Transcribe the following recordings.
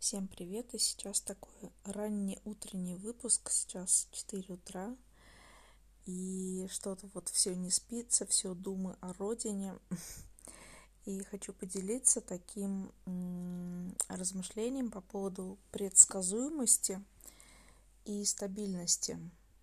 Всем привет! И сейчас такой ранний утренний выпуск, сейчас 4 утра, и что-то вот все не спится, все думы о родине. И хочу поделиться таким размышлением по поводу предсказуемости и стабильности.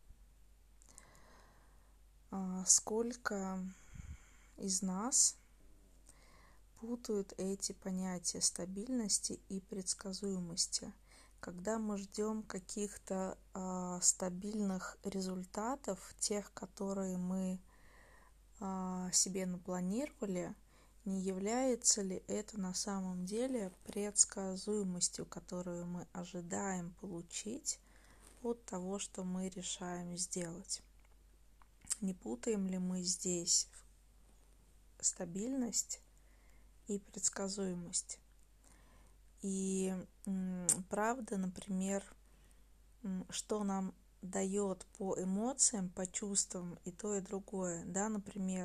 Сколько из нас путают эти понятия стабильности и предсказуемости. Когда мы ждем каких-то стабильных результатов, тех, которые мы себе напланировали, не является ли это на самом деле предсказуемостью, которую мы ожидаем получить от того, что мы решаем сделать? Не путаем ли мы здесь стабильность и предсказуемость? И правда, например, что нам дает по эмоциям, по чувствам и то, и другое. Да, например,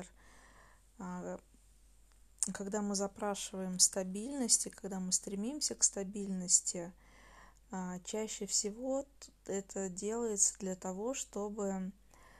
когда мы запрашиваем стабильности, когда мы стремимся к стабильности, чаще всего это делается для того, чтобы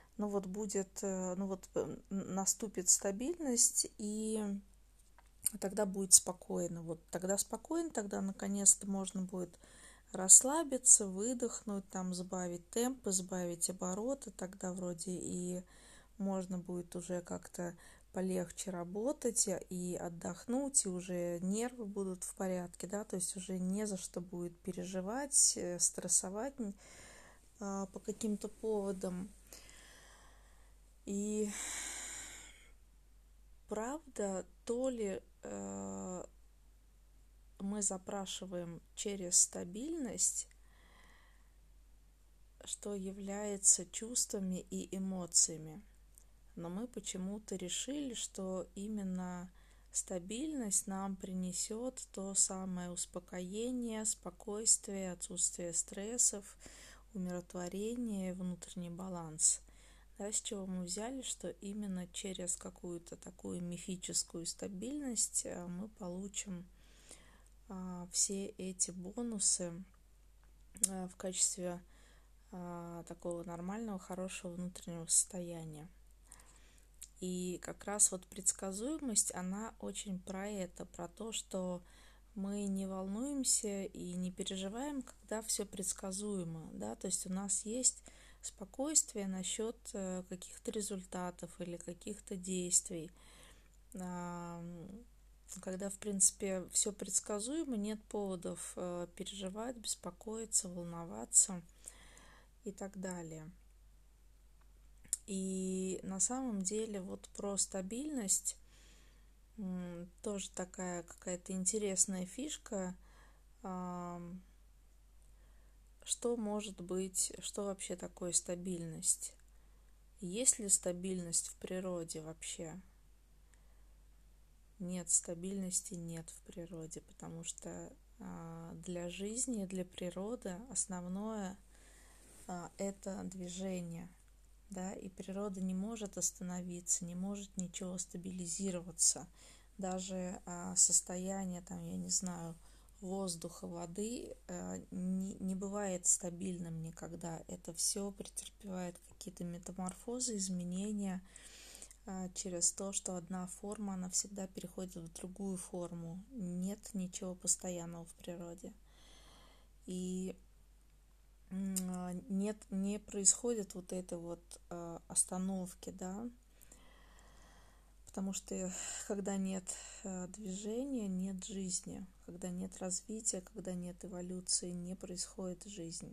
наступит стабильность, и тогда будет спокойно. Вот тогда спокойно, тогда наконец-то можно будет расслабиться, выдохнуть, там сбавить темпы, сбавить обороты, тогда вроде и можно будет уже как-то полегче работать и отдохнуть, и уже нервы будут в порядке, да, то есть уже не за что будет переживать, стрессовать по каким-то поводам. И правда, то ли мы запрашиваем через стабильность, что является чувствами и эмоциями. Но мы почему-то решили, что именно стабильность нам принесет то самое успокоение, спокойствие, отсутствие стрессов, умиротворение, внутренний баланс. Да, с чего мы взяли, что именно через какую-то такую мифическую стабильность мы получим все эти бонусы в качестве такого нормального, хорошего внутреннего состояния. И как раз вот предсказуемость, она очень про это, про то, что мы не волнуемся и не переживаем, когда все предсказуемо, да, то есть у нас есть спокойствие насчет каких-то результатов или каких-то действий, когда, в принципе, все предсказуемо, нет поводов переживать, беспокоиться, волноваться и так далее. И на самом деле вот про стабильность тоже такая какая-то интересная фишка. Что может быть, что вообще такое стабильность? Есть ли стабильность в природе вообще? Нет, стабильности нет в природе, потому что для жизни, для природы основное это движение. Да, и природа не может остановиться, не может ничего стабилизироваться. Даже состояние, там, я не знаю, воздуха, воды не бывает стабильным никогда. Это все претерпевает какие-то метаморфозы, изменения через то, что одна форма, она всегда переходит в другую форму. Нет ничего постоянного в природе. И не происходит вот этой вот остановки, да, потому что когда нет движения, нет жизни, когда нет развития, когда нет эволюции, не происходит жизнь.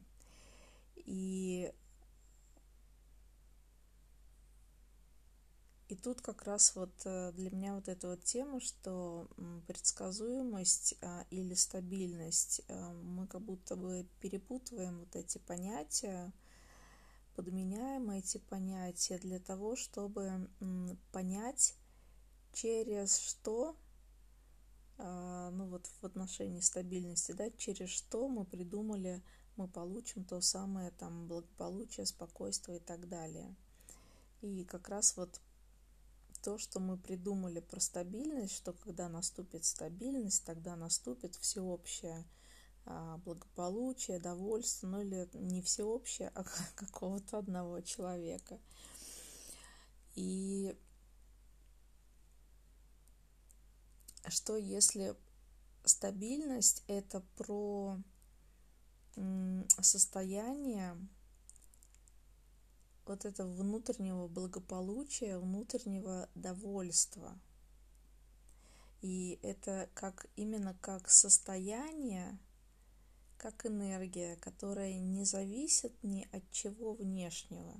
И тут как раз вот для меня вот эта вот тема, что предсказуемость или стабильность, мы как будто бы перепутываем вот эти понятия, подменяем эти понятия для того, чтобы понять, через что, в отношении стабильности, да, через что мы придумали, мы получим то самое там благополучие, спокойствие и так далее. И как раз вот то, что мы придумали про стабильность, что когда наступит стабильность, тогда наступит всеобщее благополучия, довольства, ну или не всеобщее, а какого-то одного человека. И что если стабильность — это про состояние вот этого внутреннего благополучия, внутреннего довольства. И это именно как состояние, как энергия, которая не зависит ни от чего внешнего.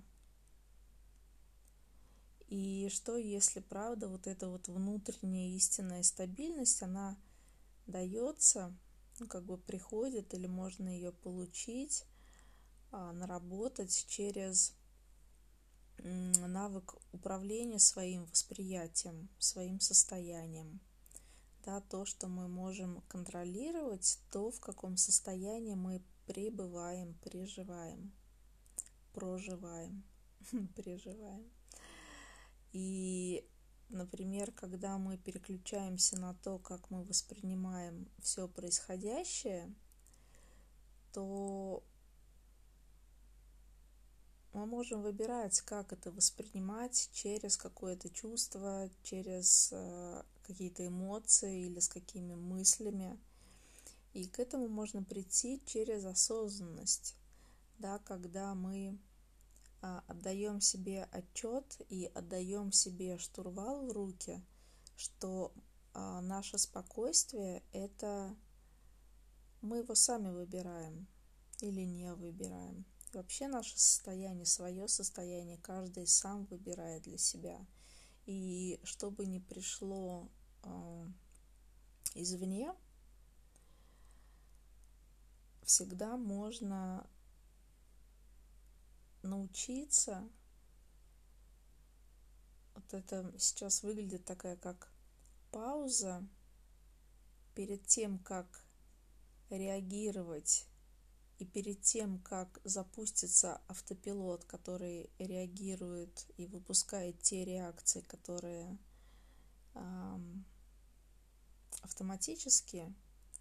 И что если, правда, вот эта вот внутренняя истинная стабильность, она дается, приходит, или можно ее получить, наработать через навык управления своим восприятием, своим состоянием. Да, то, что мы можем контролировать, то, в каком состоянии мы пребываем, проживаем. И, например, когда мы переключаемся на то, как мы воспринимаем все происходящее, то мы можем выбирать, как это воспринимать через какое-то чувство, через какие-то эмоции или с какими мыслями. И к этому можно прийти через осознанность, да, когда мы отдаем себе отчет и отдаем себе штурвал в руки, что наше спокойствие — это мы его сами выбираем или не выбираем. И вообще наше состояние, свое состояние каждый сам выбирает для себя. И что бы ни пришло извне, всегда можно научиться. Вот это сейчас выглядит такая как пауза перед тем, как реагировать, и перед тем, как запустится автопилот, который реагирует и выпускает те реакции, которые автоматические.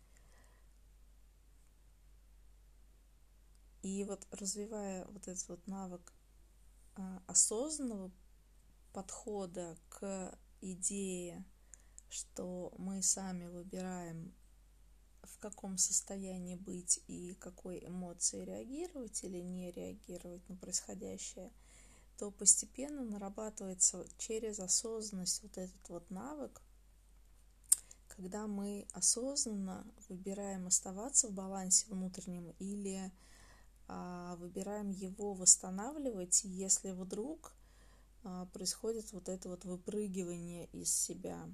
И вот развивая вот этот вот навык осознанного подхода к идее, что мы сами выбираем, в каком состоянии быть и какой эмоции реагировать или не реагировать на происходящее, то постепенно нарабатывается через осознанность вот этот вот навык, когда мы осознанно выбираем оставаться в балансе внутреннем или выбираем его восстанавливать, если вдруг происходит вот это вот выпрыгивание из себя.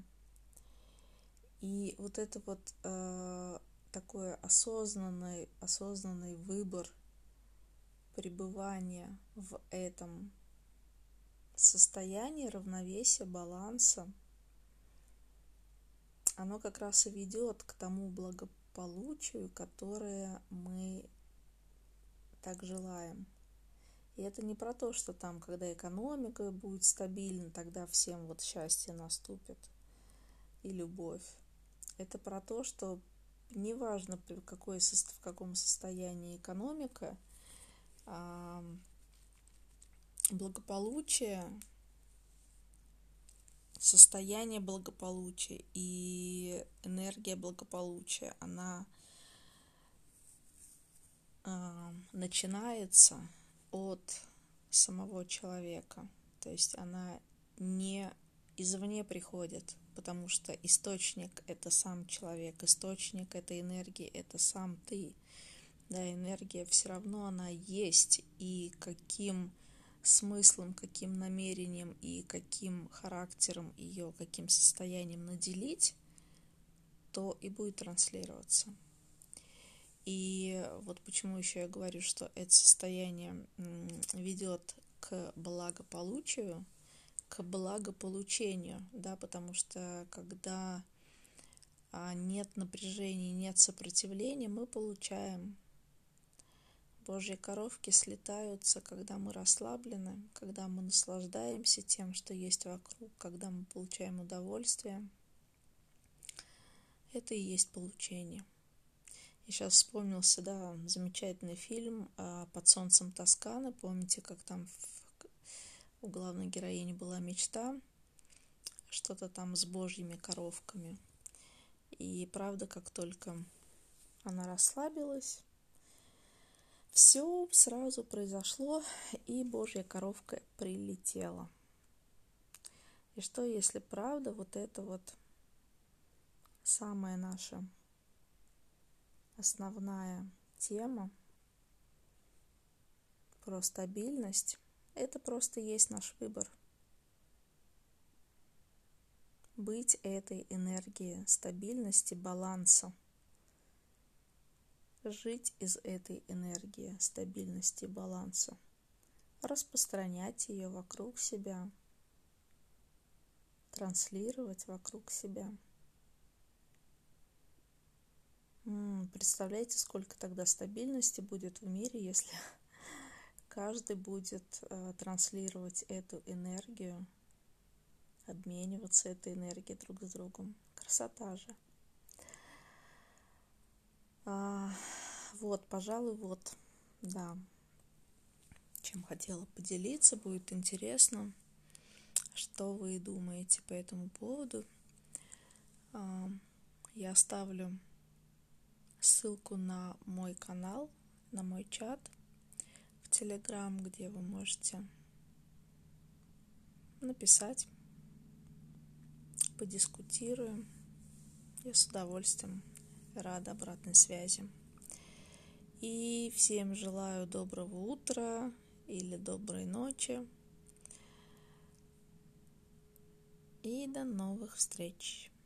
И вот это вот такой осознанный выбор пребывания в этом состоянии равновесия, баланса, оно как раз и ведет к тому благополучию, которое мы так желаем. И это не про то, что там, когда экономика будет стабильна, тогда всем вот счастье наступит и любовь. Это про то, что неважно, в каком состоянии экономика, благополучие, состояние благополучия и энергия благополучия, она начинается от самого человека. То есть она не извне приходит, потому что источник — это сам человек, источник этой энергии — это сам ты. Да, энергия все равно она есть, и каким смыслом, каким намерением и каким характером ее, каким состоянием наделить, то и будет транслироваться. И вот почему еще я говорю, что это состояние ведет к благополучию, к благополучению, да, потому что когда нет напряжения, нет сопротивления, мы получаем. Божьи коровки слетаются, когда мы расслаблены, когда мы наслаждаемся тем, что есть вокруг, когда мы получаем удовольствие. Это и есть получение. И сейчас вспомнился, да, замечательный фильм «Под солнцем Тосканы». Помните, как там у главной героини была мечта, что-то там с божьими коровками. И правда, как только она расслабилась, все сразу произошло, и божья коровка прилетела. И что, если правда, вот это вот самая наша основная тема про стабильность, это просто есть наш выбор. Быть этой энергией стабильности, баланса. Жить из этой энергии стабильности, баланса. Распространять ее вокруг себя. Транслировать вокруг себя. Представляете, сколько тогда стабильности будет в мире, если каждый будет транслировать эту энергию, обмениваться этой энергией друг с другом. Красота же. Вот, пожалуй, вот, да, чем хотела поделиться, будет интересно, что вы думаете по этому поводу. Я оставлю ссылку на мой канал, на мой чат в Telegram, где вы можете написать, подискутируем. Я с удовольствием рада обратной связи. И всем желаю доброго утра или доброй ночи. И до новых встреч.